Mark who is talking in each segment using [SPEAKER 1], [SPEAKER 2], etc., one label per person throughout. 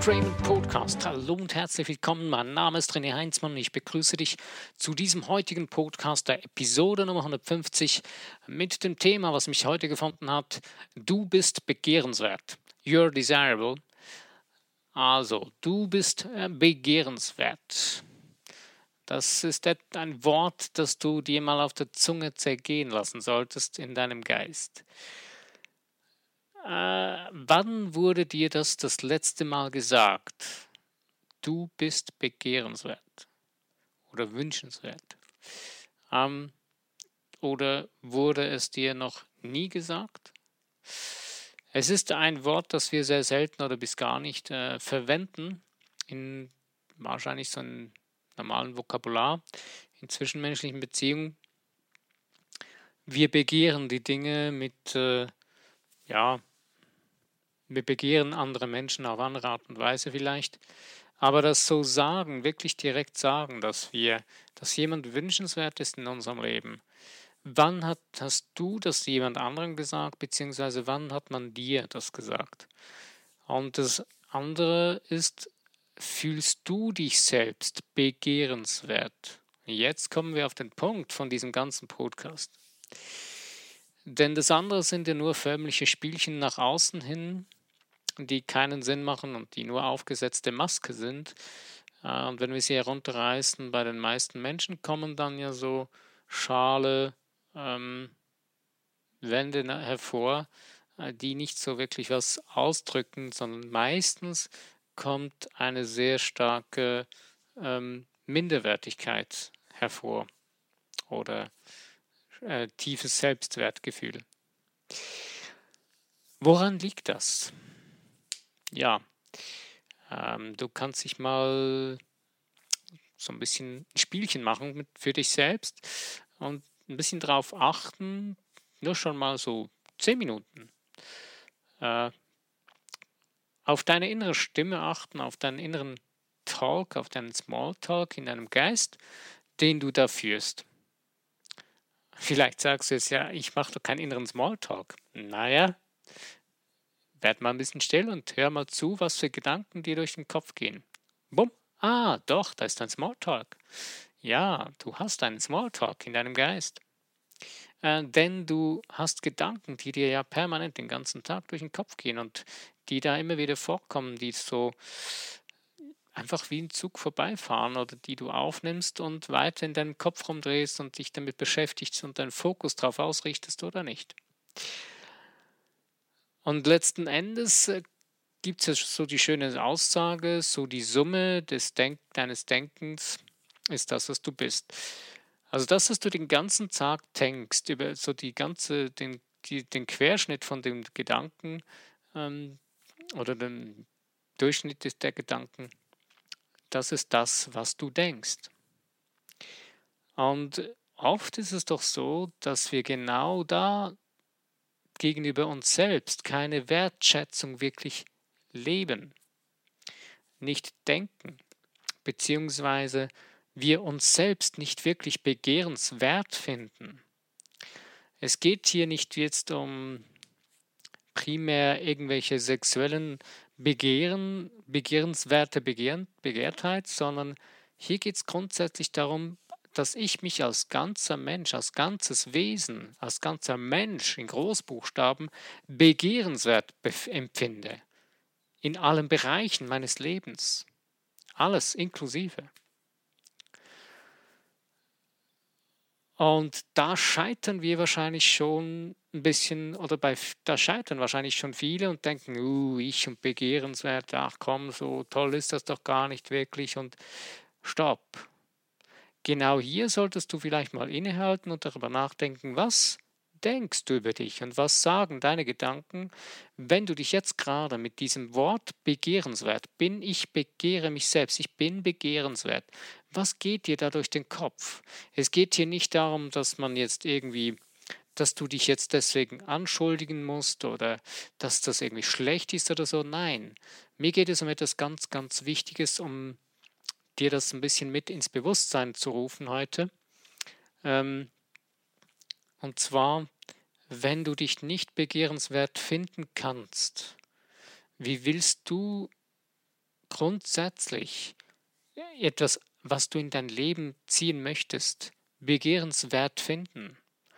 [SPEAKER 1] Framing Podcast. Hallo und herzlich willkommen. Mein Name ist René Heinzmann und ich begrüße dich zu diesem heutigen Podcast, der Episode Nummer 150, mit dem Thema, was mich heute gefunden hat: Du bist begehrenswert. You're desirable. Also, du bist begehrenswert. Das ist ein Wort, das du dir mal auf der Zunge zergehen lassen solltest in deinem Geist. Wann wurde dir das letzte Mal gesagt? Du bist begehrenswert oder wünschenswert. Oder wurde es dir noch nie gesagt? Es ist ein Wort, das wir sehr selten oder bis gar nicht verwenden in wahrscheinlich so einem normalen Vokabular in zwischenmenschlichen Beziehungen. Wir begehren die Dinge wir begehren andere Menschen auf andere Art und Weise vielleicht. Aber das so sagen, wirklich direkt sagen, dass jemand wünschenswert ist in unserem Leben. Wann hast du das jemand anderem gesagt, beziehungsweise wann hat man dir das gesagt? Und das andere ist: Fühlst du dich selbst begehrenswert? Jetzt kommen wir auf den Punkt von diesem ganzen Podcast. Denn das andere sind ja nur förmliche Spielchen nach außen hin, die keinen Sinn machen und die nur aufgesetzte Maske sind. Und wenn wir sie herunterreißen, bei den meisten Menschen kommen dann ja so schale Wände hervor, die nicht so wirklich was ausdrücken, sondern meistens kommt eine sehr starke Minderwertigkeit hervor oder tiefes Selbstwertgefühl. Woran liegt das? Ja, du kannst dich mal so ein bisschen ein Spielchen machen für dich selbst und ein bisschen darauf achten, nur schon mal so 10 Minuten, auf deine innere Stimme achten, auf deinen inneren Talk, auf deinen Smalltalk in deinem Geist, den du da führst. Vielleicht sagst du jetzt: ja, ich mache doch keinen inneren Smalltalk. Naja, werd mal ein bisschen still und hör mal zu, was für Gedanken dir durch den Kopf gehen. Bumm. Doch, da ist dein Smalltalk. Ja, du hast einen Smalltalk in deinem Geist. Denn du hast Gedanken, die dir ja permanent den ganzen Tag durch den Kopf gehen und die da immer wieder vorkommen, die so einfach wie ein Zug vorbeifahren oder die du aufnimmst und weiter in deinem Kopf rumdrehst und dich damit beschäftigst und deinen Fokus darauf ausrichtest oder nicht. Und letzten Endes gibt es ja so die schöne Aussage: so die Summe deines Denkens ist das, was du bist. Also das, was du den ganzen Tag denkst, über so den Querschnitt von den Gedanken oder den Durchschnitt der Gedanken, das ist das, was du denkst. Und oft ist es doch so, dass wir genau da gegenüber uns selbst keine Wertschätzung wirklich leben, nicht denken, beziehungsweise wir uns selbst nicht wirklich begehrenswert finden. Es geht hier nicht jetzt um primär irgendwelche sexuellen Begehrtheit, sondern hier geht es grundsätzlich darum, dass ich mich als ganzer Mensch, als ganzes Wesen, als ganzer Mensch in Großbuchstaben begehrenswert empfinde. In allen Bereichen meines Lebens. Alles inklusive. Und da scheitern wir wahrscheinlich schon ein bisschen, oder da scheitern wahrscheinlich schon viele und denken: ich und begehrenswert, ach komm, so toll ist das doch gar nicht wirklich und stopp. Genau hier solltest du vielleicht mal innehalten und darüber nachdenken: Was denkst du über dich und was sagen deine Gedanken, wenn du dich jetzt gerade mit diesem Wort begehrenswert, ich begehre mich selbst, ich bin begehrenswert, was geht dir da durch den Kopf? Es geht hier nicht darum, dass du dich jetzt deswegen anschuldigen musst oder dass das irgendwie schlecht ist oder so. Nein, mir geht es um etwas ganz, ganz Wichtiges, um dir das ein bisschen mit ins Bewusstsein zu rufen heute. Und zwar: Wenn du dich nicht begehrenswert finden kannst, wie willst du grundsätzlich etwas, was du in dein Leben ziehen möchtest, begehrenswert finden.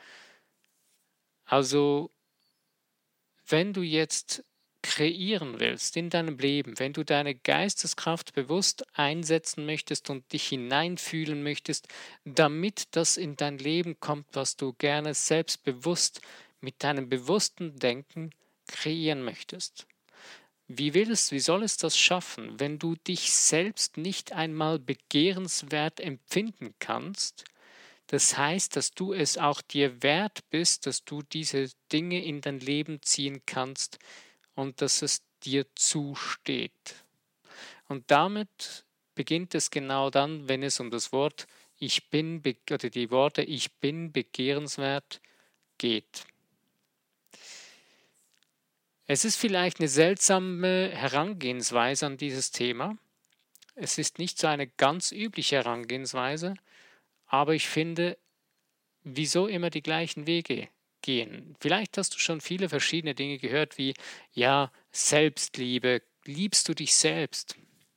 [SPEAKER 1] Also, wenn du jetzt kreieren willst in deinem Leben, wenn du deine Geisteskraft bewusst einsetzen möchtest und dich hineinfühlen möchtest, damit das in dein Leben kommt, was du gerne selbstbewusst mit deinem bewussten Denken kreieren möchtest. Wie soll es das schaffen, wenn du dich selbst nicht einmal begehrenswert empfinden kannst? Das heißt, dass du es auch dir wert bist, dass du diese Dinge in dein Leben ziehen kannst und dass es dir zusteht. Und damit beginnt es genau dann, wenn es um das Wort ich bin oder die Worte ich bin begehrenswert geht. Es ist vielleicht eine seltsame Herangehensweise an dieses Thema. Es ist nicht so eine ganz übliche Herangehensweise, aber ich finde, wieso immer die gleichen Wege gehen? Vielleicht hast du schon viele verschiedene Dinge gehört, wie ja, Selbstliebe, liebst du dich selbst?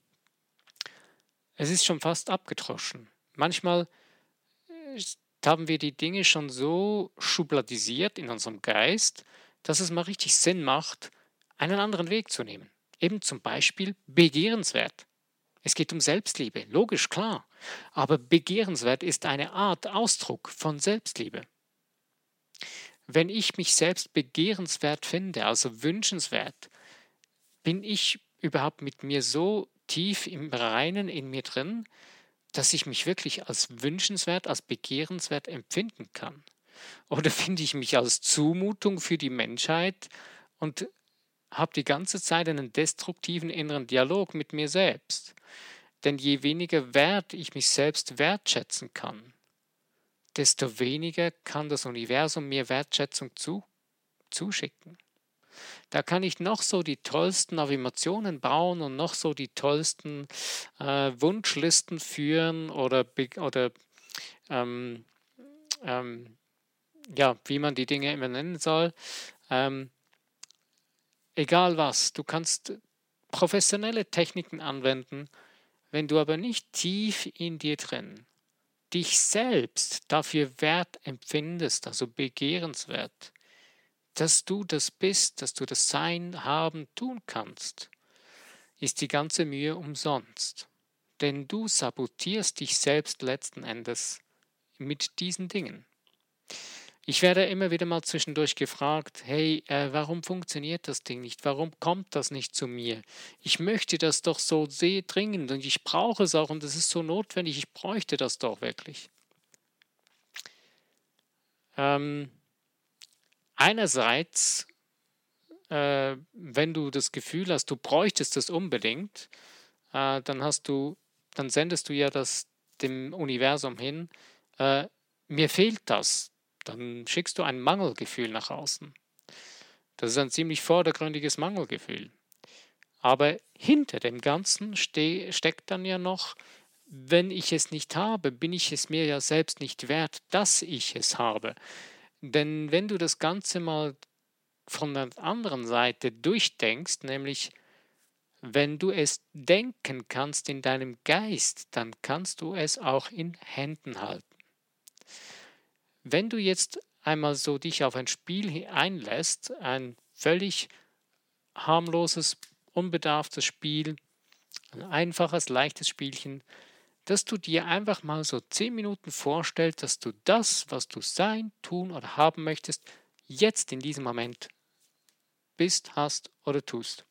[SPEAKER 1] Es ist schon fast abgedroschen. Manchmal haben wir die Dinge schon so schubladisiert in unserem Geist, dass es mal richtig Sinn macht, einen anderen Weg zu nehmen. Eben zum Beispiel begehrenswert. Es geht um Selbstliebe, logisch, klar. Aber begehrenswert ist eine Art Ausdruck von Selbstliebe. Wenn ich mich selbst begehrenswert finde, also wünschenswert, bin ich überhaupt mit mir so tief im Reinen in mir drin, dass ich mich wirklich als wünschenswert, als begehrenswert empfinden kann? Oder finde ich mich als Zumutung für die Menschheit und habe die ganze Zeit einen destruktiven inneren Dialog mit mir selbst? Denn je weniger wert ich mich selbst wertschätzen kann, desto weniger kann das Universum mir Wertschätzung zuschicken. Da kann ich noch so die tollsten Affirmationen bauen und noch so die tollsten Wunschlisten führen oder ähm, ähm, ja, wie man die Dinge immer nennen soll. Ähm, Egal was, du kannst professionelle Techniken anwenden, wenn du aber nicht tief in dir drin dich selbst dafür wert empfindest, also begehrenswert, dass du das bist, dass du das Sein, Haben, tun kannst, ist die ganze Mühe umsonst. Denn du sabotierst dich selbst letzten Endes mit diesen Dingen. Ich werde immer wieder mal zwischendurch gefragt, hey, warum funktioniert das Ding nicht? Warum kommt das nicht zu mir? Ich möchte das doch so sehr dringend und ich brauche es auch und es ist so notwendig, ich bräuchte das doch wirklich. Einerseits, wenn du das Gefühl hast, du bräuchtest das unbedingt, dann sendest du ja das dem Universum hin, äh, mir fehlt das. Dann schickst du ein Mangelgefühl nach außen. Das ist ein ziemlich vordergründiges Mangelgefühl. Aber hinter dem Ganzen steckt dann ja noch, wenn ich es nicht habe, bin ich es mir ja selbst nicht wert, dass ich es habe. Denn wenn du das Ganze mal von der anderen Seite durchdenkst, nämlich wenn du es denken kannst in deinem Geist, dann kannst du es auch in Händen halten. Wenn du jetzt einmal so dich auf ein Spiel einlässt, ein völlig harmloses, unbedarftes Spiel, ein einfaches, leichtes Spielchen, dass du dir einfach mal so 10 Minuten vorstellst, dass du das, was du sein, tun oder haben möchtest, jetzt in diesem Moment bist, hast oder tust.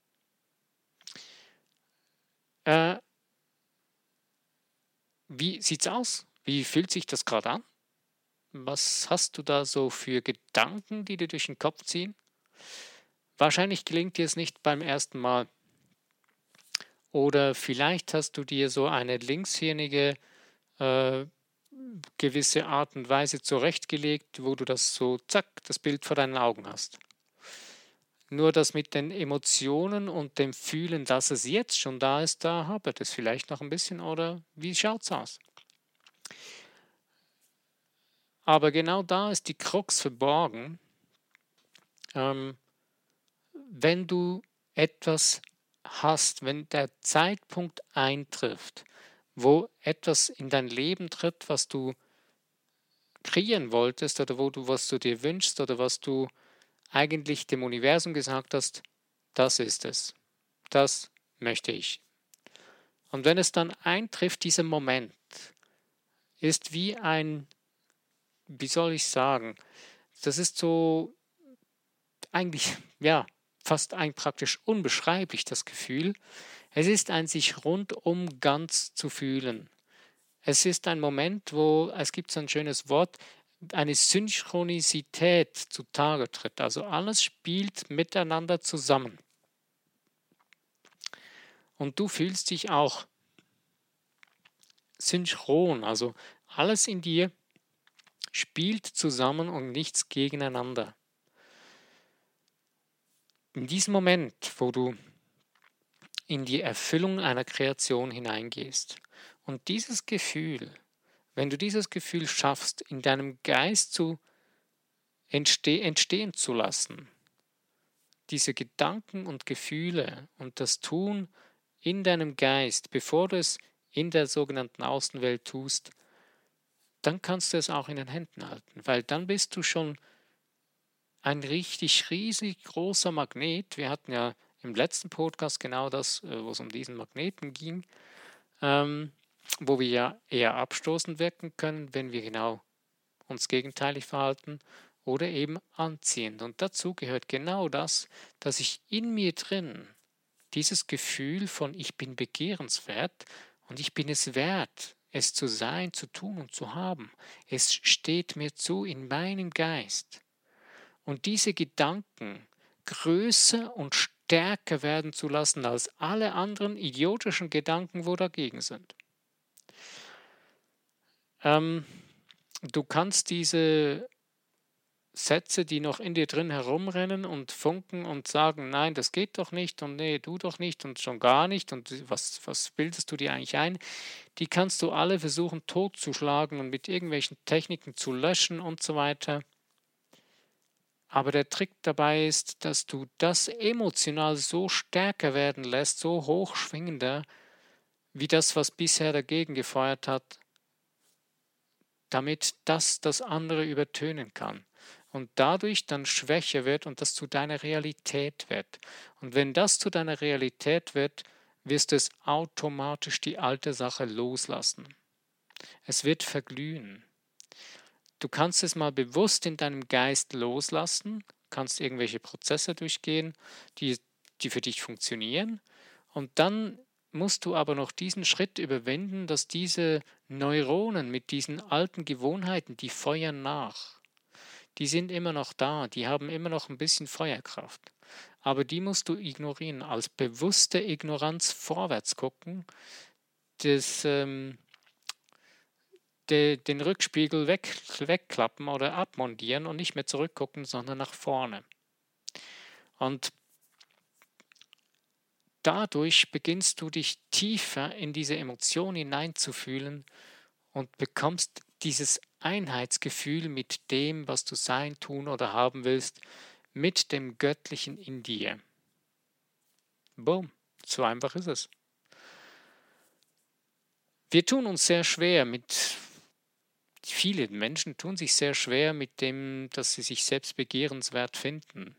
[SPEAKER 1] Wie sieht's aus? Wie fühlt sich das gerade an? Was hast du da so für Gedanken, die dir durch den Kopf ziehen? Wahrscheinlich gelingt dir es nicht beim ersten Mal. Oder vielleicht hast du dir so eine linkshirnige äh, gewisse Art und Weise zurechtgelegt, wo du das so, zack, das Bild vor deinen Augen hast. Nur das mit den Emotionen und dem Fühlen, dass es jetzt schon da ist, da hapert es vielleicht noch ein bisschen oder wie schaut's aus? Aber genau da ist die Krux verborgen, wenn du etwas hast, wenn der Zeitpunkt eintrifft, wo etwas in dein Leben tritt, was du kreieren wolltest oder was du dir wünschst oder was du eigentlich dem Universum gesagt hast, das ist es, das möchte ich. Und wenn es dann eintrifft, dieser Moment ist wie ein, wie soll ich sagen, das ist so eigentlich, ja, fast ein praktisch unbeschreiblich das Gefühl. Es ist ein sich rundum ganz zu fühlen. Es ist ein Moment, wo, es gibt so ein schönes Wort, eine Synchronisität zutage tritt. Also alles spielt miteinander zusammen. Und du fühlst dich auch synchron, also alles in dir spielt zusammen und nichts gegeneinander. In diesem Moment, wo du in die Erfüllung einer Kreation hineingehst und dieses Gefühl, wenn du dieses Gefühl schaffst, in deinem Geist entstehen zu lassen, diese Gedanken und Gefühle und das Tun in deinem Geist, bevor du es in der sogenannten Außenwelt tust, dann kannst du es auch in den Händen halten, weil dann bist du schon ein richtig riesig großer Magnet. Wir hatten ja im letzten Podcast genau das, wo es um diesen Magneten ging, ähm, wo wir ja eher abstoßend wirken können, wenn wir genau uns gegenteilig verhalten oder eben anziehend. Und dazu gehört genau das, dass ich in mir drin dieses Gefühl von ich bin begehrenswert und ich bin es wert, es zu sein, zu tun und zu haben. Es steht mir zu in meinem Geist. Und diese Gedanken größer und stärker werden zu lassen als alle anderen idiotischen Gedanken, wo dagegen sind. Ähm, Du kannst diese Sätze, die noch in dir drin herumrennen und funken und sagen, nein, das geht doch nicht und nee, du doch nicht und schon gar nicht und was bildest du dir eigentlich ein, die kannst du alle versuchen totzuschlagen und mit irgendwelchen Techniken zu löschen und so weiter. Aber der Trick dabei ist, dass du das emotional so stärker werden lässt, so hochschwingender, wie das, was bisher dagegen gefeuert hat, damit das andere übertönen kann und dadurch dann schwächer wird und das zu deiner Realität wird. Und wenn das zu deiner Realität wird, wirst du es automatisch die alte Sache loslassen. Es wird verglühen. Du kannst es mal bewusst in deinem Geist loslassen, kannst irgendwelche Prozesse durchgehen, die für dich funktionieren. Und dann musst du aber noch diesen Schritt überwinden, dass diese Neuronen mit diesen alten Gewohnheiten, die feuern nach. Die sind immer noch da, die haben immer noch ein bisschen Feuerkraft. Aber die musst du ignorieren, als bewusste Ignoranz vorwärts gucken, das, den Rückspiegel wegklappen oder abmontieren und nicht mehr zurückgucken, sondern nach vorne. Und dadurch beginnst du dich tiefer in diese Emotion hineinzufühlen und bekommst dieses Einheitsgefühl mit dem, was du sein, tun oder haben willst, mit dem Göttlichen in dir. Boom, so einfach ist es. Wir tun uns sehr schwer viele Menschen tun sich sehr schwer mit dem, dass sie sich selbst begehrenswert finden.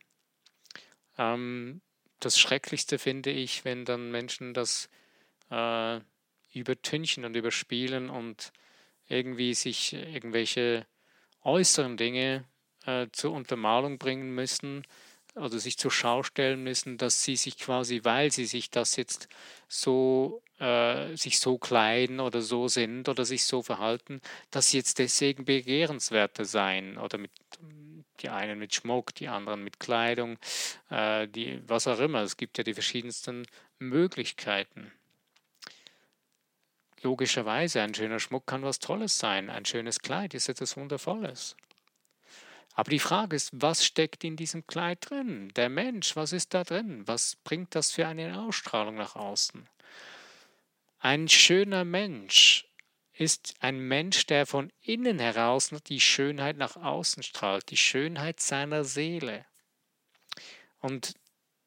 [SPEAKER 1] Das Schrecklichste finde ich, wenn dann Menschen das übertünchen und überspielen und irgendwie sich irgendwelche äußeren Dinge zur Untermalung bringen müssen oder sich zur Schau stellen müssen, dass sie sich quasi, weil sie sich das jetzt sich so kleiden oder so sind oder sich so verhalten, dass sie jetzt deswegen begehrenswerter seien oder die einen mit Schmuck, die anderen mit Kleidung, was auch immer. Es gibt ja die verschiedensten Möglichkeiten. Logischerweise, ein schöner Schmuck kann was Tolles sein. Ein schönes Kleid ist etwas Wundervolles. Aber die Frage ist, was steckt in diesem Kleid drin? Der Mensch, was ist da drin? Was bringt das für eine Ausstrahlung nach außen? Ein schöner Mensch ist ein Mensch, der von innen heraus die Schönheit nach außen strahlt, die Schönheit seiner Seele. Und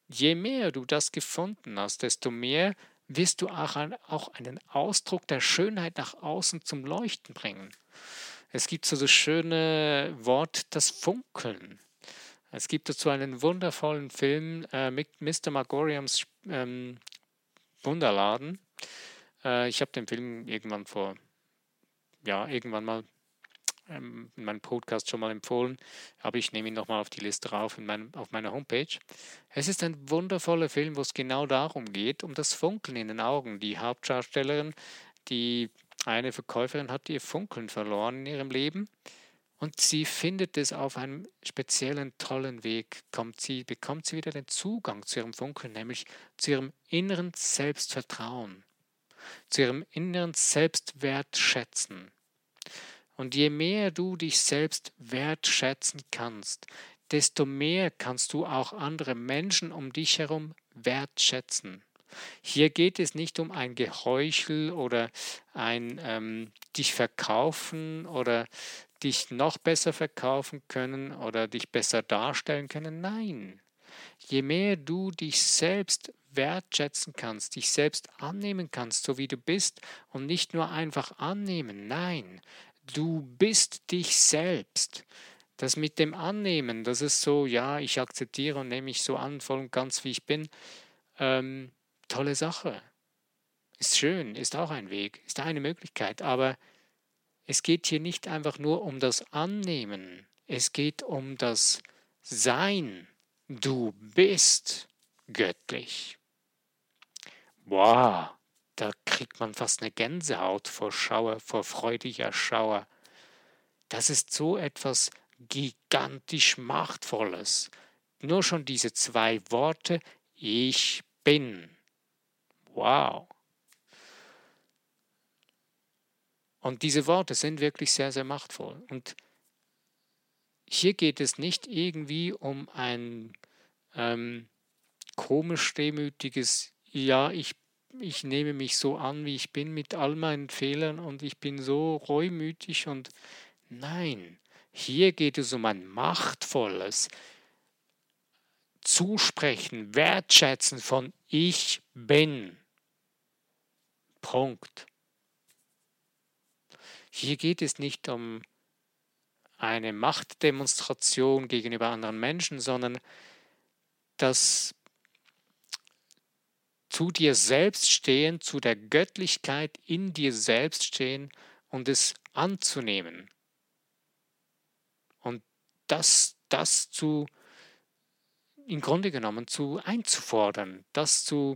[SPEAKER 1] je mehr du das gefunden hast, desto mehr wirst du auch einen Ausdruck der Schönheit nach außen zum Leuchten bringen. Es gibt so das schöne Wort, das Funkeln. Es gibt dazu einen wundervollen Film, mit Mr. Magoriums Wunderladen. Ich habe den Film irgendwann mal in meinem Podcast schon mal empfohlen, aber ich nehme ihn nochmal auf die Liste rauf auf meiner Homepage. Es ist ein wundervoller Film, wo es genau darum geht, um das Funkeln in den Augen. Die Hauptdarstellerin, die eine Verkäuferin, hat ihr Funkeln verloren in ihrem Leben und sie findet es auf einem speziellen, tollen Weg, bekommt sie wieder den Zugang zu ihrem Funkeln, nämlich zu ihrem inneren Selbstvertrauen, zu ihrem inneren Selbstwertschätzen. Und je mehr du dich selbst wertschätzen kannst, desto mehr kannst du auch andere Menschen um dich herum wertschätzen. Hier geht es nicht um ein Geheuchel oder ein dich verkaufen oder dich noch besser verkaufen können oder dich besser darstellen können. Nein, je mehr du dich selbst wertschätzen kannst, dich selbst annehmen kannst, so wie du bist und nicht nur einfach annehmen, nein, du bist dich selbst. Das mit dem Annehmen, das ist so, ja, ich akzeptiere und nehme mich so an, voll und ganz wie ich bin. Tolle Sache. Ist schön, ist auch ein Weg, ist eine Möglichkeit. Aber es geht hier nicht einfach nur um das Annehmen. Es geht um das Sein. Du bist göttlich. Wow, da kriegt man fast eine Gänsehaut vor freudiger Schauer. Das ist so etwas gigantisch Machtvolles. Nur schon diese 2 Worte, ich bin. Wow. Und diese Worte sind wirklich sehr, sehr machtvoll. Und hier geht es nicht irgendwie um ein komisch demütiges, ja, ich nehme mich so an, wie ich bin, mit all meinen Fehlern und ich bin so reumütig und nein, hier geht es um ein machtvolles Zusprechen, Wertschätzen von ich bin. Punkt. Hier geht es nicht um eine Machtdemonstration gegenüber anderen Menschen, sondern das zu dir selbst stehen, zu der Göttlichkeit in dir selbst stehen und es anzunehmen. Und das im Grunde genommen einzufordern, das zu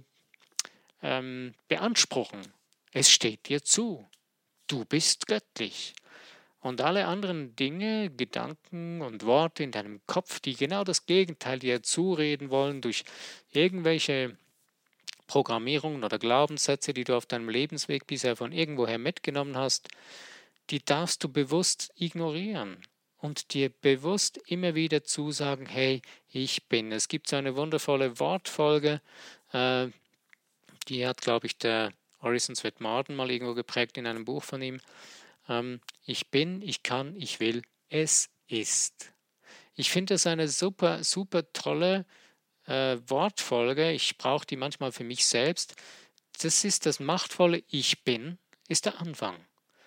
[SPEAKER 1] beanspruchen. Es steht dir zu. Du bist göttlich. Und alle anderen Dinge, Gedanken und Worte in deinem Kopf, die genau das Gegenteil dir zureden wollen, durch irgendwelche Programmierungen oder Glaubenssätze, die du auf deinem Lebensweg bisher von irgendwoher mitgenommen hast, die darfst du bewusst ignorieren und dir bewusst immer wieder zusagen, hey, ich bin. Es gibt so eine wundervolle Wortfolge, die hat, glaube ich, der Orison Swett Marden mal irgendwo geprägt in einem Buch von ihm. Ich bin, ich kann, ich will, es ist. Ich finde das eine super, super tolle Wortfolge. Ich brauche die manchmal für mich selbst. Das ist das machtvolle Ich bin, ist der Anfang.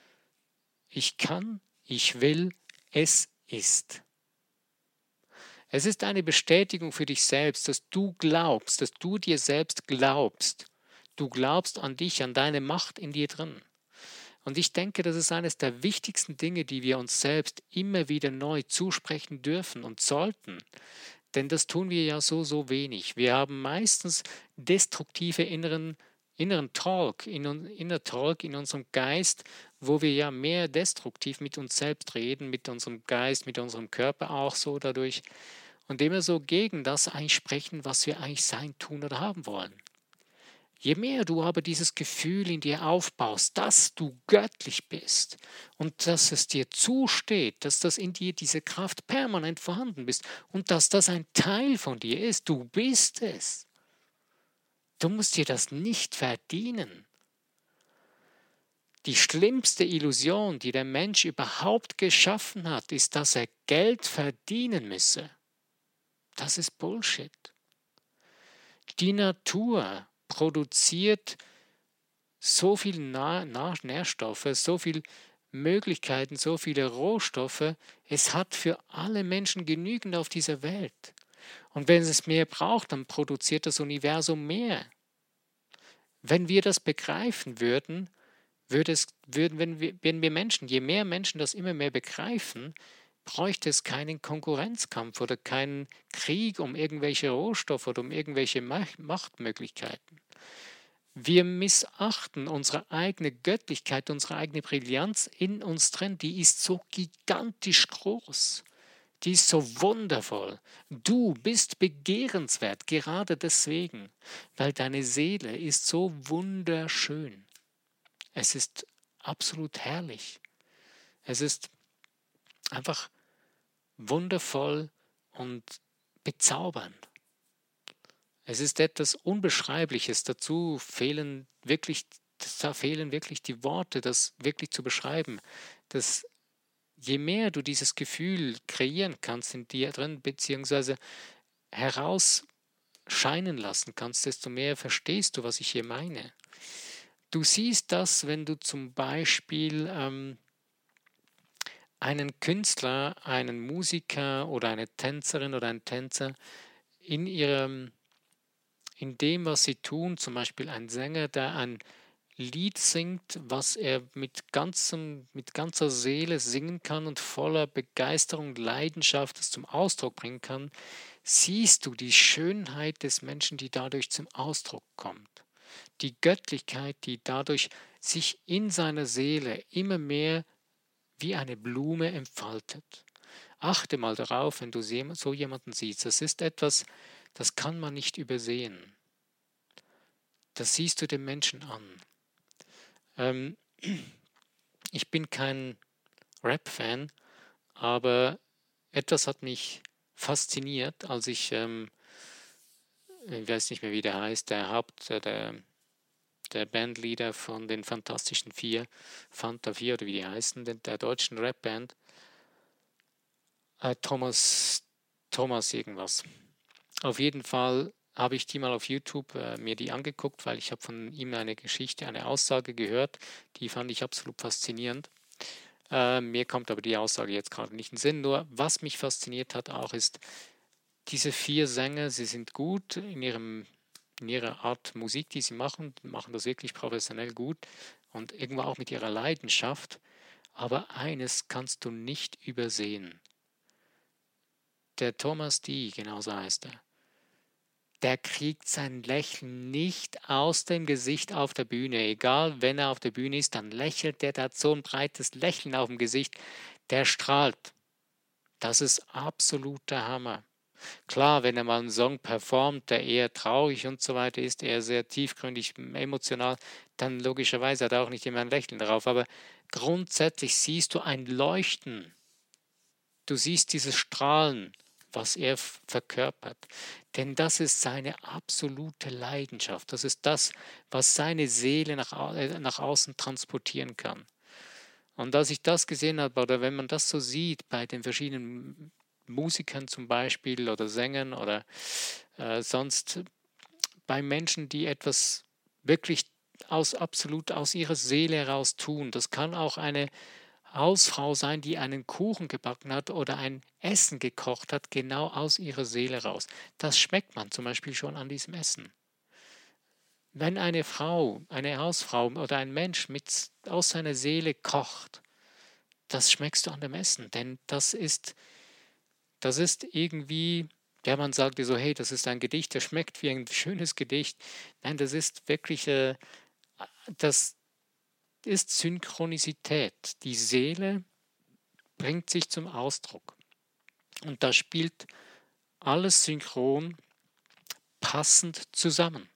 [SPEAKER 1] Ich kann, ich will, es ist. Es ist eine Bestätigung für dich selbst, dass du glaubst, dass du dir selbst glaubst. Du glaubst an dich, an deine Macht in dir drin. Und ich denke, das ist eines der wichtigsten Dinge, die wir uns selbst immer wieder neu zusprechen dürfen und sollten. Denn das tun wir ja so wenig. Wir haben meistens destruktive inneren Talk, inner Talk in unserem Geist, wo wir ja mehr destruktiv mit uns selbst reden, mit unserem Geist, mit unserem Körper auch so dadurch. Und immer so gegen das eigentlich sprechen, was wir eigentlich sein, tun oder haben wollen. Je mehr du aber dieses Gefühl in dir aufbaust, dass du göttlich bist und dass es dir zusteht, dass das in dir diese Kraft permanent vorhanden ist und dass das ein Teil von dir ist, du bist es. Du musst dir das nicht verdienen. Die schlimmste Illusion, die der Mensch überhaupt geschaffen hat, ist, dass er Geld verdienen müsse. Das ist Bullshit. Die Natur produziert so viel Nährstoffe, so viele Möglichkeiten, so viele Rohstoffe. Es hat für alle Menschen genügend auf dieser Welt. Und wenn es mehr braucht, dann produziert das Universum mehr. Wenn wir das begreifen würden, wenn wir Menschen, je mehr Menschen das immer mehr begreifen, bräuchte es keinen Konkurrenzkampf oder keinen Krieg um irgendwelche Rohstoffe oder um irgendwelche Machtmöglichkeiten. Wir missachten unsere eigene Göttlichkeit, unsere eigene Brillanz in uns drin. Die ist so gigantisch groß. Die ist so wundervoll. Du bist begehrenswert, gerade deswegen, weil deine Seele ist so wunderschön. Es ist absolut herrlich. Es ist einfach wundervoll und bezaubernd. Es ist etwas Unbeschreibliches. Da fehlen wirklich die Worte, das wirklich zu beschreiben. Dass je mehr du dieses Gefühl kreieren kannst in dir drin, beziehungsweise herausscheinen lassen kannst, desto mehr verstehst du, was ich hier meine. Du siehst das, wenn du zum Beispiel einen Künstler, einen Musiker oder eine Tänzerin oder einen Tänzer in dem, was sie tun, zum Beispiel ein Sänger, der ein Lied singt, was er mit ganzer Seele singen kann und voller Begeisterung, Leidenschaft es zum Ausdruck bringen kann, siehst du die Schönheit des Menschen, die dadurch zum Ausdruck kommt. Die Göttlichkeit, die dadurch sich in seiner Seele immer mehr wie eine Blume entfaltet. Achte mal darauf, wenn du so jemanden siehst. Das ist etwas, das kann man nicht übersehen. Das siehst du dem Menschen an. Ich bin kein Rap-Fan, aber etwas hat mich fasziniert, als ich weiß nicht mehr, wie der heißt, der Bandleader von den Fantastischen Vier, Fanta 4 oder wie die heißen, der deutschen Rap-Band, Thomas irgendwas. Auf jeden Fall habe ich die mal auf YouTube mir die angeguckt, weil ich habe von ihm eine Geschichte, eine Aussage gehört, die fand ich absolut faszinierend. Mir kommt aber die Aussage jetzt gerade nicht in den Sinn. Nur was mich fasziniert hat auch ist, diese 4 Sänger, sie sind gut in ihrer Art Musik, die sie machen das wirklich professionell gut und irgendwo auch mit ihrer Leidenschaft. Aber eines kannst du nicht übersehen. Der Thomas D., genauso heißt er, der kriegt sein Lächeln nicht aus dem Gesicht auf der Bühne. Egal, wenn er auf der Bühne ist, dann lächelt der, hat so ein breites Lächeln auf dem Gesicht. Der strahlt. Das ist absoluter Hammer. Klar, wenn er mal einen Song performt, der eher traurig und so weiter ist, eher sehr tiefgründig, emotional, dann logischerweise hat er auch nicht immer ein Lächeln drauf. Aber grundsätzlich siehst du ein Leuchten. Du siehst dieses Strahlen, was er verkörpert. Denn das ist seine absolute Leidenschaft. Das ist das, was seine Seele nach außen transportieren kann. Und als ich das gesehen habe, oder wenn man das so sieht bei den verschiedenen Musikern zum Beispiel oder Sängern oder sonst bei Menschen, die etwas wirklich absolut aus ihrer Seele heraus tun. Das kann auch eine Hausfrau sein, die einen Kuchen gebacken hat oder ein Essen gekocht hat, genau aus ihrer Seele raus. Das schmeckt man zum Beispiel schon an diesem Essen. Wenn eine Frau, eine Hausfrau oder ein Mensch aus seiner Seele kocht, das schmeckst du an dem Essen, denn das ist irgendwie, man sagt dir so, hey, das ist ein Gedicht, das schmeckt wie ein schönes Gedicht. Nein, das ist wirklich, das ist Synchronizität. Die Seele bringt sich zum Ausdruck. Und da spielt alles synchron, passend zusammen.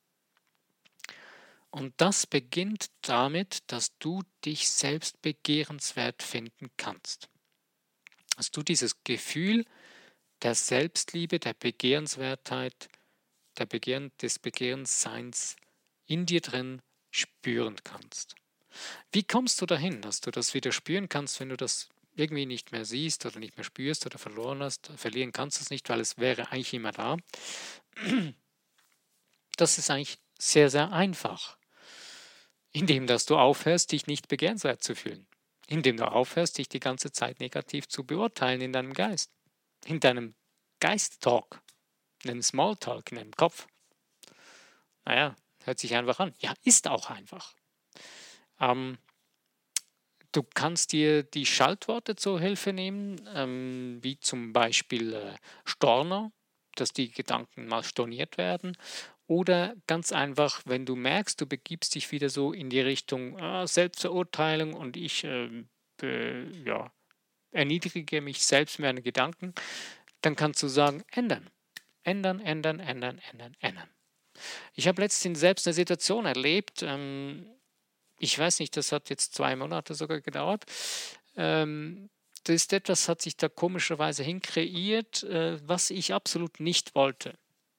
[SPEAKER 1] Und das beginnt damit, dass du dich selbst begehrenswert finden kannst. Dass du dieses Gefühl der Selbstliebe, der Begehrenswertheit, des Begehrensseins in dir drin spüren kannst. Wie kommst du dahin, dass du das wieder spüren kannst, wenn du das irgendwie nicht mehr siehst oder nicht mehr spürst oder verloren hast? Verlieren kannst du es nicht, weil es wäre eigentlich immer da. Das ist eigentlich sehr, sehr einfach, indem dass du aufhörst, dich nicht begehrenswert zu fühlen, indem du aufhörst, dich die ganze Zeit negativ zu beurteilen in deinem Geist, in deinem Geist-Talk, in deinem Smalltalk, in deinem Kopf. Naja, hört sich einfach an. Ja, ist auch einfach. Ähm, Du kannst dir die Schaltworte zur Hilfe nehmen, wie zum Beispiel Storner, dass die Gedanken mal storniert werden. Oder ganz einfach, wenn du merkst, du begibst dich wieder so in die Richtung Selbstverurteilung und ich ja, erniedrige mich selbst mit meinen Gedanken, dann kannst du sagen, ändern. Ändern, ändern, ändern, ändern, ändern. Ich habe letztens selbst eine Situation erlebt, ich weiß nicht, das hat jetzt 2 Monate sogar gedauert. Ähm, Das ist etwas, hat sich da komischerweise hinkreiert, was ich absolut nicht wollte.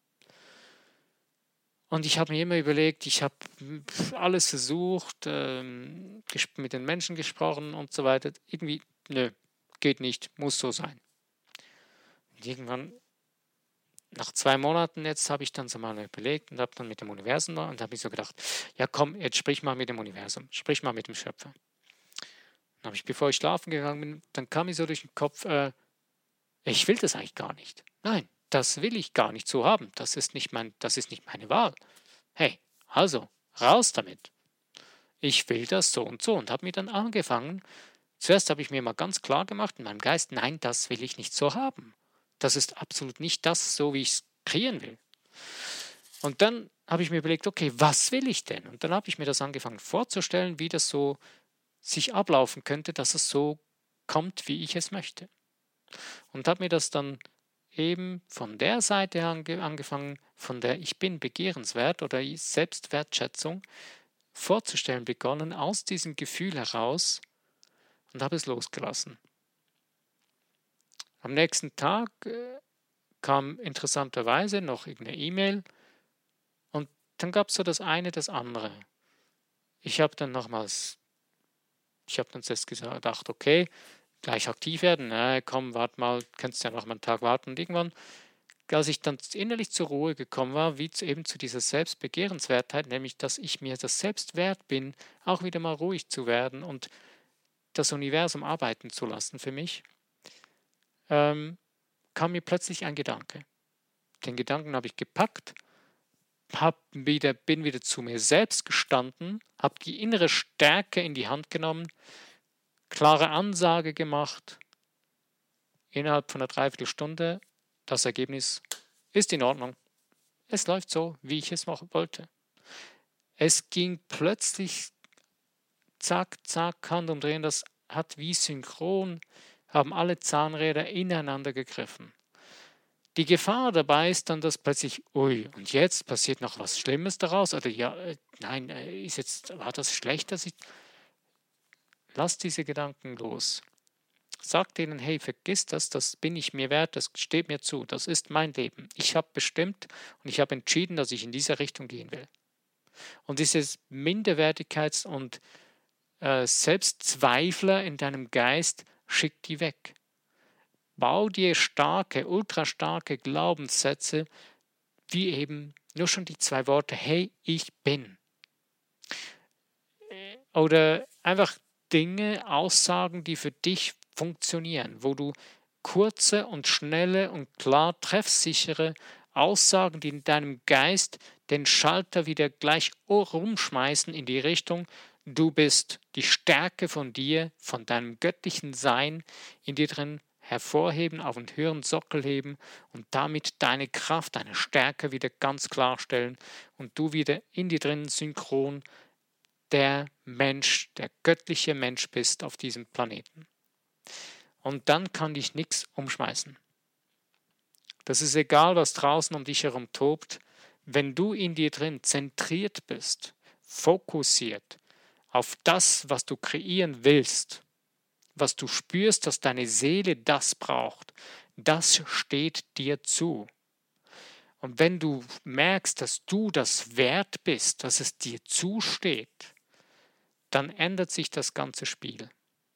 [SPEAKER 1] Und ich habe mir immer überlegt, ich habe alles versucht, mit den Menschen gesprochen und so weiter. Irgendwie, nö, geht nicht, muss so sein. Und irgendwann, nach 2 Monaten jetzt, habe ich dann so mal überlegt und habe dann mit dem Universum und habe ich so gedacht, ja komm, jetzt sprich mal mit dem Universum, sprich mal mit dem Schöpfer. Dann habe ich, bevor ich schlafen gegangen bin, dann kam mir so durch den Kopf, ich will das eigentlich gar nicht. Nein, das will ich gar nicht so haben. Das ist nicht meine Wahl. Hey, also, raus damit. Ich will das so und habe mir dann angefangen. Zuerst habe ich mir mal ganz klar gemacht in meinem Geist, nein, das will ich nicht so haben. Das ist absolut nicht das, so wie ich es kreieren will. Und dann habe ich mir überlegt, okay, was will ich denn? Und dann habe ich mir das angefangen vorzustellen, wie das so sich ablaufen könnte, dass es so kommt, wie ich es möchte. Und habe mir das dann eben von der Seite angefangen, von der ich bin begehrenswert oder Selbstwertschätzung vorzustellen begonnen, aus diesem Gefühl heraus und habe es losgelassen. Am nächsten Tag kam interessanterweise noch irgendeine E-Mail und dann gab es so das eine, das andere. Ich habe dann zuerst gedacht, okay, gleich aktiv werden, komm, warte mal, kannst ja noch mal einen Tag warten und irgendwann, als ich dann innerlich zur Ruhe gekommen war, eben zu dieser Selbstbegehrenswertheit, nämlich, dass ich mir das selbst wert bin, auch wieder mal ruhig zu werden und das Universum arbeiten zu lassen für mich, ähm, kam mir plötzlich ein Gedanke. Den Gedanken habe ich gepackt, bin wieder zu mir selbst gestanden, habe die innere Stärke in die Hand genommen, klare Ansage gemacht, innerhalb von einer Dreiviertelstunde, das Ergebnis ist in Ordnung. Es läuft so, wie ich es machen wollte. Es ging plötzlich zack, zack, Handumdrehen, das hat wie synchron, haben alle Zahnräder ineinander gegriffen. Die Gefahr dabei ist dann, dass plötzlich, ui, und jetzt passiert noch was Schlimmes daraus, oder ja, nein, war das schlecht, dass ich, lass diese Gedanken los. Sag denen, hey, vergiss das, das bin ich mir wert, das steht mir zu, das ist mein Leben. Ich habe bestimmt und ich habe entschieden, dass ich in diese Richtung gehen will. Und dieses Minderwertigkeits- und Selbstzweifler in deinem Geist, schick die weg. Bau dir starke, ultrastarke Glaubenssätze, wie eben nur schon die 2 Worte, hey, ich bin. Oder einfach Dinge, Aussagen, die für dich funktionieren, wo du kurze und schnelle und klar treffsichere Aussagen, die in deinem Geist den Schalter wieder gleich rumschmeißen in die Richtung, du bist die Stärke von dir, von deinem göttlichen Sein in dir drin hervorheben, auf einen höheren Sockel heben und damit deine Kraft, deine Stärke wieder ganz klarstellen und du wieder in dir drin synchron der Mensch, der göttliche Mensch bist auf diesem Planeten. Und dann kann dich nichts umschmeißen. Das ist egal, was draußen um dich herum tobt. Wenn du in dir drin zentriert bist, fokussiert auf das, was du kreieren willst, was du spürst, dass deine Seele das braucht, das steht dir zu. Und wenn du merkst, dass du das wert bist, dass es dir zusteht, dann ändert sich das ganze Spiel.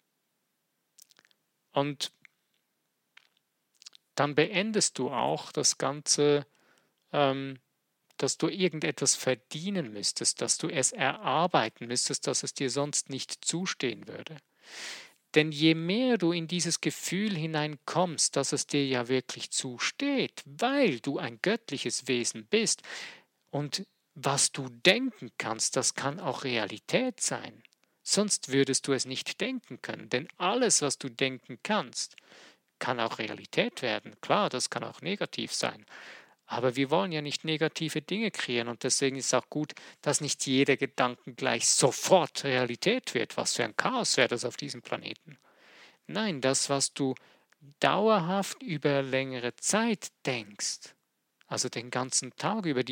[SPEAKER 1] Und dann beendest du auch das Ganze, dass du irgendetwas verdienen müsstest, dass du es erarbeiten müsstest, dass es dir sonst nicht zustehen würde. Denn je mehr du in dieses Gefühl hineinkommst, dass es dir ja wirklich zusteht, weil du ein göttliches Wesen bist und was du denken kannst, das kann auch Realität sein. Sonst würdest du es nicht denken können, denn alles, was du denken kannst, kann auch Realität werden. Klar, das kann auch negativ sein. Aber wir wollen ja nicht negative Dinge kreieren und deswegen ist es auch gut, dass nicht jeder Gedanke gleich sofort Realität wird. Was für ein Chaos wäre das auf diesem Planeten? Nein, das, was du dauerhaft über längere Zeit denkst, also den ganzen Tag über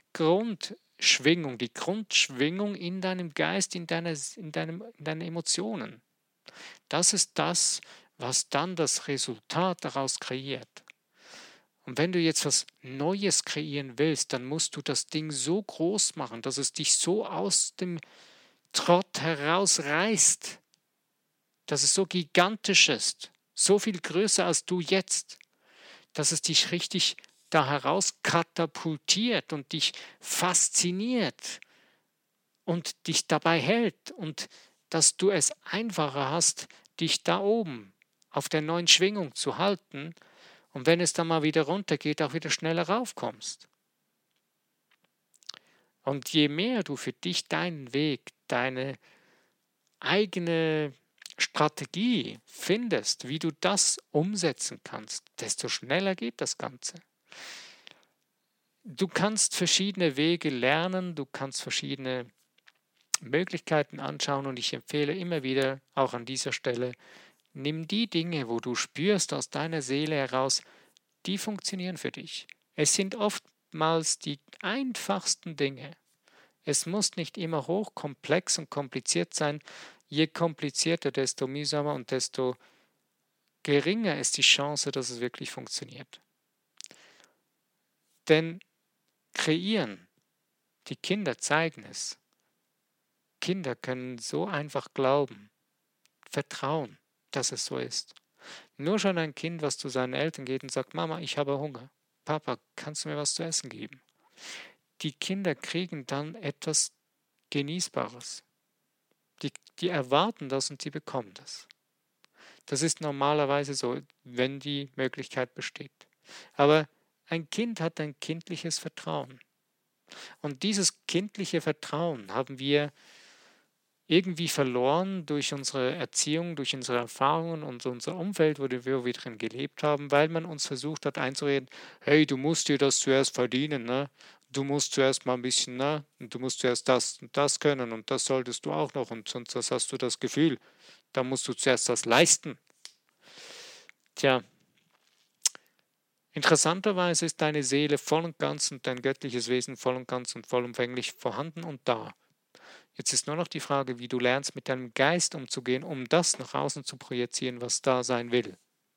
[SPEAKER 1] die Grundschwingung in deinem Geist, in deinen Emotionen, das ist das, was dann das Resultat daraus kreiert. Und wenn du jetzt was Neues kreieren willst, dann musst du das Ding so groß machen, dass es dich so aus dem Trott herausreißt, dass es so gigantisch ist, so viel größer als du jetzt, dass es dich richtig da heraus katapultiert und dich fasziniert und dich dabei hält und dass du es einfacher hast, dich da oben auf der neuen Schwingung zu halten und wenn es dann mal wieder runtergeht, auch wieder schneller raufkommst. Und je mehr du für dich deinen Weg, deine eigene Strategie findest, wie du das umsetzen kannst, desto schneller geht das Ganze. Du kannst verschiedene Wege lernen, du kannst verschiedene Möglichkeiten anschauen und ich empfehle immer wieder, auch an dieser Stelle, nimm die Dinge, wo du spürst aus deiner Seele heraus, die funktionieren für dich. Es sind oftmals die einfachsten Dinge. Es muss nicht immer hochkomplex und kompliziert sein. Je komplizierter, desto mühsamer und desto geringer ist die Chance, dass es wirklich funktioniert. Denn kreieren, die Kinder zeigen es. Kinder können so einfach glauben, vertrauen, dass es so ist. Nur schon ein Kind, was zu seinen Eltern geht und sagt, Mama, ich habe Hunger. Papa, kannst du mir was zu essen geben? Die Kinder kriegen dann etwas Genießbares. Die erwarten das und sie bekommen das. Das ist normalerweise so, wenn die Möglichkeit besteht. Aber ein Kind hat ein kindliches Vertrauen. Und dieses kindliche Vertrauen haben wir irgendwie verloren durch unsere Erziehung, durch unsere Erfahrungen und unser Umfeld, wo wir drin gelebt haben, weil man uns versucht hat einzureden, hey, du musst dir das zuerst verdienen, ne? Du musst zuerst mal ein bisschen, ne? Und du musst zuerst das und das können und das solltest du auch noch und sonst hast du das Gefühl, da musst du zuerst das leisten. Tja, interessanterweise ist deine Seele voll und ganz und dein göttliches Wesen voll und ganz und vollumfänglich vorhanden und da. Jetzt ist nur noch die Frage, wie du lernst, mit deinem Geist umzugehen, um das nach außen zu projizieren, was da sein will.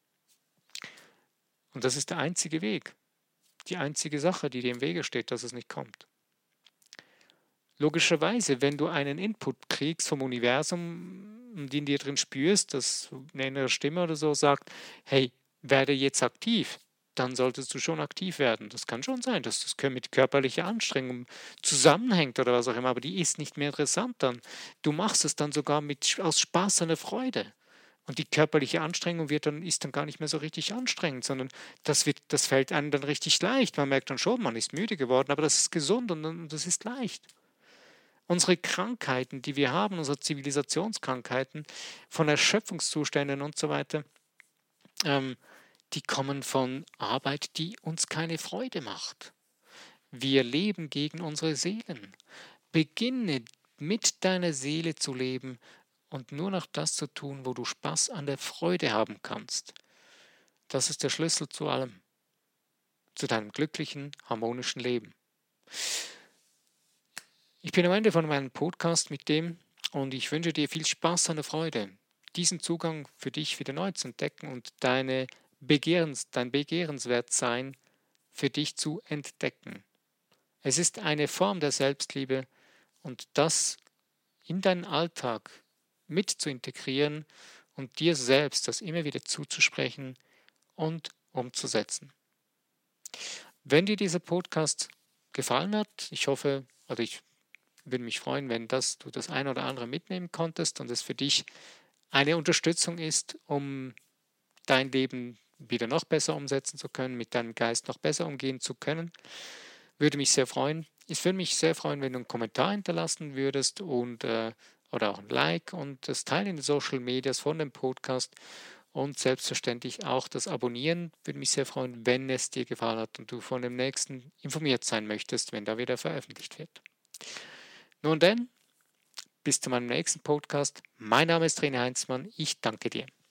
[SPEAKER 1] Und das ist der einzige Weg, die einzige Sache, die dir im Wege steht, dass es nicht kommt. Logischerweise, wenn du einen Input kriegst vom Universum und in dir drin spürst, dass eine innere Stimme oder so sagt, hey, werde jetzt aktiv, dann solltest du schon aktiv werden. Das kann schon sein, dass das mit körperlicher Anstrengung zusammenhängt oder was auch immer, aber die ist nicht mehr interessant dann. Du machst es dann sogar aus Spaß und Freude. Und die körperliche Anstrengung ist dann gar nicht mehr so richtig anstrengend, sondern das fällt einem dann richtig leicht. Man merkt dann schon, man ist müde geworden, aber das ist gesund und das ist leicht. Unsere Krankheiten, die wir haben, unsere Zivilisationskrankheiten, von Erschöpfungszuständen und so weiter, die kommen von Arbeit, die uns keine Freude macht. Wir leben gegen unsere Seelen. Beginne mit deiner Seele zu leben und nur noch das zu tun, wo du Spaß an der Freude haben kannst. Das ist der Schlüssel zu allem, zu deinem glücklichen, harmonischen Leben. Ich bin am Ende von meinem Podcast mit dem und ich wünsche dir viel Spaß an der Freude, diesen Zugang für dich wieder neu zu entdecken und dein Begehrenswertsein für dich zu entdecken. Es ist eine Form der Selbstliebe und das in deinen Alltag mit zu integrieren und dir selbst das immer wieder zuzusprechen und umzusetzen. Wenn dir dieser Podcast gefallen hat. Ich hoffe, oder ich würde mich freuen, wenn du das eine oder andere mitnehmen konntest und es für dich eine Unterstützung ist, um dein Leben wieder noch besser umsetzen zu können, mit deinem Geist noch besser umgehen zu können. Würde mich sehr freuen. Ich würde mich sehr freuen, wenn du einen Kommentar hinterlassen würdest oder auch ein Like und das Teilen in den Social Medias von dem Podcast und selbstverständlich auch das Abonnieren. Würde mich sehr freuen, wenn es dir gefallen hat und du von dem nächsten informiert sein möchtest, wenn da wieder veröffentlicht wird. Nun denn, bis zu meinem nächsten Podcast. Mein Name ist René Heinzmann. Ich danke dir.